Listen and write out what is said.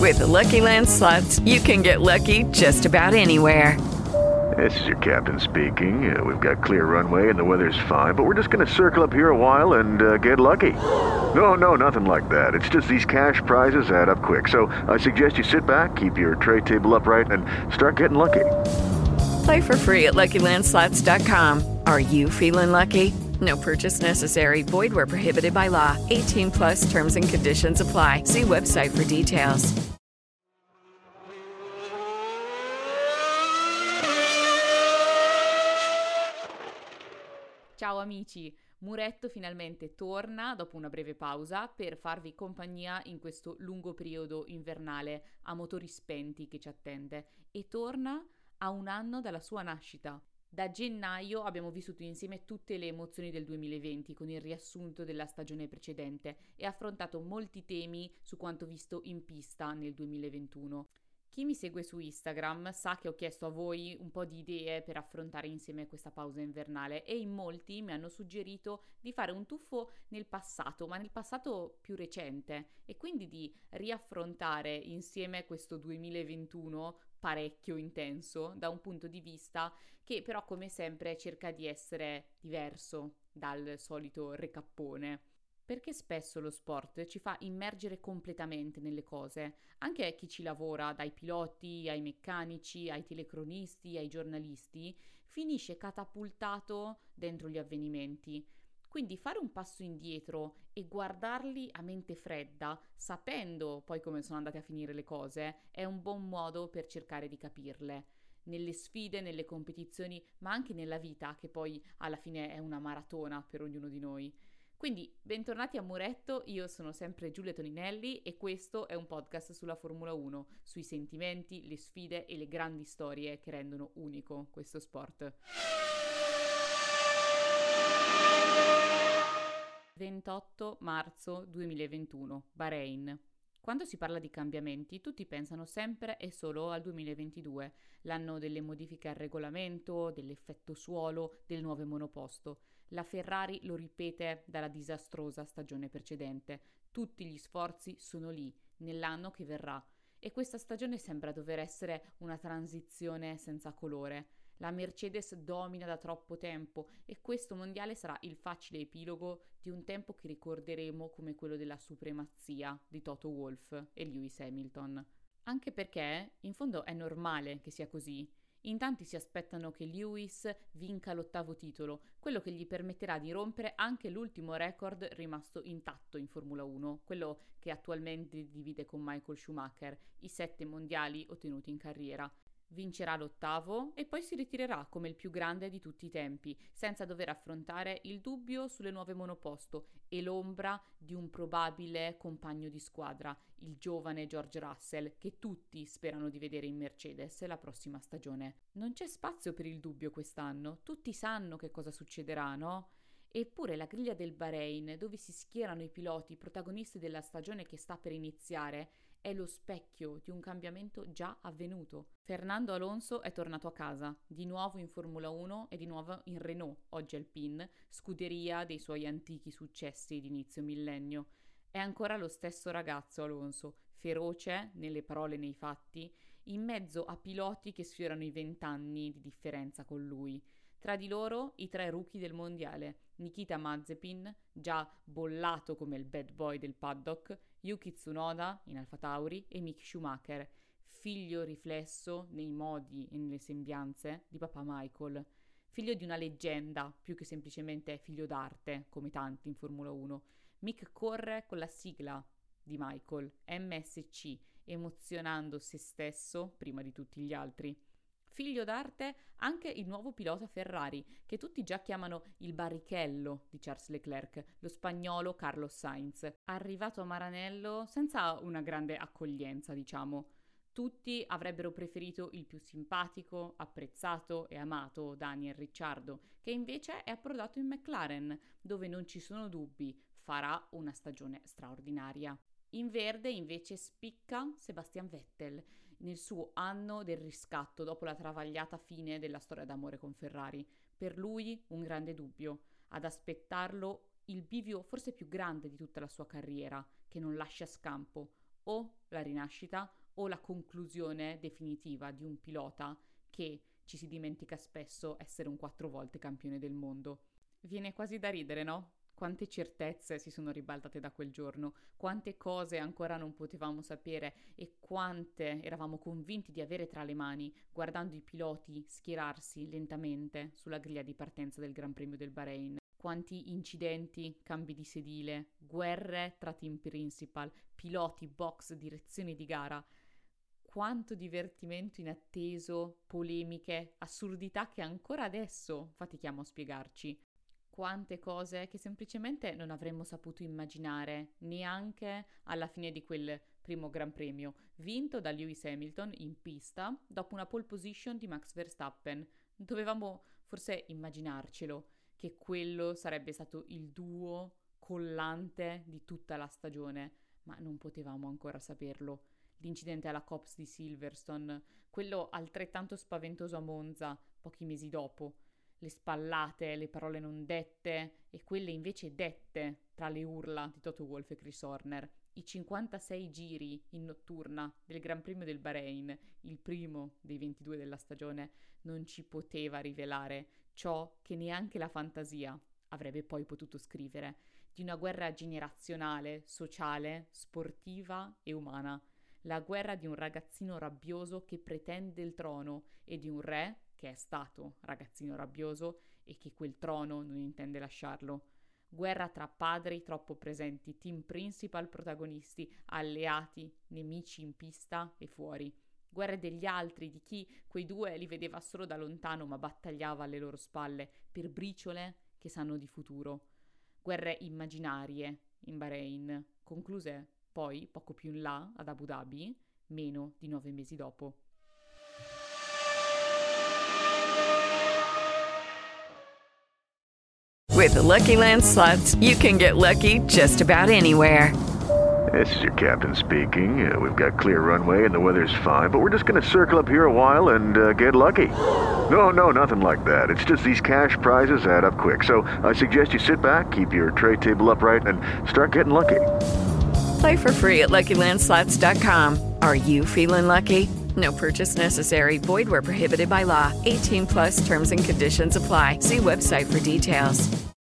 With the Lucky Land Slots, you can get lucky just about anywhere. This is your captain speaking. We've got clear runway and the weather's fine, but we're just going to circle up here a while and get lucky. No, nothing like that. It's just these cash prizes add up quick. So I suggest you sit back, keep your tray table upright, and start getting lucky. Play for free at LuckyLandSlots.com. Are you feeling lucky? No purchase necessary. Void where prohibited by law. 18 plus terms and conditions apply. See website for details. Ciao amici, Muretto finalmente torna dopo una breve pausa per farvi compagnia in questo lungo periodo invernale a motori spenti che ci attende e torna a un anno dalla sua nascita. Da gennaio abbiamo vissuto insieme tutte le emozioni del 2020 con il riassunto della stagione precedente e affrontato molti temi su quanto visto in pista nel 2021. Chi mi segue su Instagram sa che ho chiesto a voi un po' di idee per affrontare insieme questa pausa invernale e in molti mi hanno suggerito di fare un tuffo nel passato, ma nel passato più recente e quindi di riaffrontare insieme questo 2021 parecchio intenso da un punto di vista che però come sempre cerca di essere diverso dal solito recappone. Perché spesso lo sport ci fa immergere completamente nelle cose, anche chi ci lavora, dai piloti ai meccanici, ai telecronisti, ai giornalisti, finisce catapultato dentro gli avvenimenti. Quindi fare un passo indietro e guardarli a mente fredda, sapendo poi come sono andate a finire le cose, è un buon modo per cercare di capirle. Nelle sfide, nelle competizioni, ma anche nella vita, che poi alla fine è una maratona per ognuno di noi. Quindi, bentornati a Muretto, io sono sempre Giulia Toninelli e questo è un podcast sulla Formula 1, sui sentimenti, le sfide e le grandi storie che rendono unico questo sport. 28 marzo 2021, Bahrain. Quando si parla di cambiamenti, tutti pensano sempre e solo al 2022, l'anno delle modifiche al regolamento, dell'effetto suolo, del nuovo monoposto. La Ferrari lo ripete dalla disastrosa stagione precedente. Tutti gli sforzi sono lì, nell'anno che verrà. E questa stagione sembra dover essere una transizione senza colore. La Mercedes domina da troppo tempo e questo mondiale sarà il facile epilogo di un tempo che ricorderemo come quello della supremazia di Toto Wolff e Lewis Hamilton. Anche perché, in fondo, è normale che sia così. In tanti si aspettano che Lewis vinca l'8° titolo, quello che gli permetterà di rompere anche l'ultimo record rimasto intatto in Formula 1, quello che attualmente divide con Michael Schumacher, i 7 mondiali ottenuti in carriera. Vincerà l'8° e poi si ritirerà come il più grande di tutti i tempi, senza dover affrontare il dubbio sulle nuove monoposto e l'ombra di un probabile compagno di squadra, il giovane George Russell, che tutti sperano di vedere in Mercedes la prossima stagione. Non c'è spazio per il dubbio quest'anno, tutti sanno che cosa succederà, no? Eppure la griglia del Bahrain, dove si schierano i piloti protagonisti della stagione che sta per iniziare, è lo specchio di un cambiamento già avvenuto. Fernando Alonso è tornato a casa, di nuovo in Formula 1 e di nuovo in Renault, oggi Alpine, scuderia dei suoi antichi successi di inizio millennio. È ancora lo stesso ragazzo Alonso, feroce nelle parole e nei fatti, in mezzo a piloti che sfiorano i 20 anni di differenza con lui. Tra di loro i 3 rookie del mondiale, Nikita Mazepin, già bollato come il bad boy del paddock, Yuki Tsunoda in Alfa Tauri e Mick Schumacher, figlio riflesso nei modi e nelle sembianze di papà Michael, figlio di una leggenda più che semplicemente figlio d'arte, come tanti in Formula 1. Mick corre con la sigla di Michael, MSC, emozionando se stesso prima di tutti gli altri. Figlio d'arte anche il nuovo pilota Ferrari, che tutti già chiamano il barrichello di Charles Leclerc, lo spagnolo Carlos Sainz, arrivato a Maranello senza una grande accoglienza, diciamo. Tutti avrebbero preferito il più simpatico, apprezzato e amato Daniel Ricciardo, che invece è approdato in McLaren, dove non ci sono dubbi, farà una stagione straordinaria. In verde invece spicca Sebastian Vettel, nel suo anno del riscatto dopo la travagliata fine della storia d'amore con Ferrari. Per lui un grande dubbio, ad aspettarlo il bivio forse più grande di tutta la sua carriera, che non lascia scampo. o la rinascita o la conclusione definitiva di un pilota che ci si dimentica spesso essere un 4 volte campione del mondo. Viene quasi da ridere, no? Quante certezze si sono ribaltate da quel giorno, quante cose ancora non potevamo sapere e quante eravamo convinti di avere tra le mani guardando i piloti schierarsi lentamente sulla griglia di partenza del Gran Premio del Bahrain. Quanti incidenti, cambi di sedile, guerre tra team principal, piloti, box, direzioni di gara. Quanto divertimento inatteso, polemiche, assurdità che ancora adesso fatichiamo a spiegarci. Quante cose che semplicemente non avremmo saputo immaginare neanche alla fine di quel primo Gran Premio, vinto da Lewis Hamilton in pista dopo una pole position di Max Verstappen. Dovevamo forse immaginarcelo, che quello sarebbe stato il duo collante di tutta la stagione, ma non potevamo ancora saperlo. L'incidente alla Copse di Silverstone, quello altrettanto spaventoso a Monza, pochi mesi dopo, le spallate, le parole non dette e quelle invece dette tra le urla di Toto Wolff e Chris Horner, i 56 giri in notturna del Gran Premio del Bahrain, il primo dei 22 della stagione, non ci poteva rivelare ciò che neanche la fantasia avrebbe poi potuto scrivere, di una guerra generazionale, sociale, sportiva e umana. La guerra di un ragazzino rabbioso che pretende il trono e di un re che è stato ragazzino rabbioso e che quel trono non intende lasciarlo. Guerra tra padri troppo presenti, team principal protagonisti, alleati, nemici in pista e fuori. Guerre degli altri, di chi quei due li vedeva solo da lontano ma battagliava alle loro spalle per briciole che sanno di futuro. Guerre immaginarie in Bahrain, concluse poi, poco più in là, ad Abu Dhabi, meno di 9 mesi dopo. With the Lucky Land Slots, you can get lucky just about anywhere. This is your captain speaking. We've got clear runway and the weather's fine, but we're just going to circle up here a while and get lucky. No, nothing like that. It's just these cash prizes add up quick. So I suggest you sit back, keep your tray table upright, and start getting lucky. Play for free at LuckyLandSlots.com. Are you feeling lucky? No purchase necessary. Void where prohibited by law. 18+ terms and conditions apply. See website for details.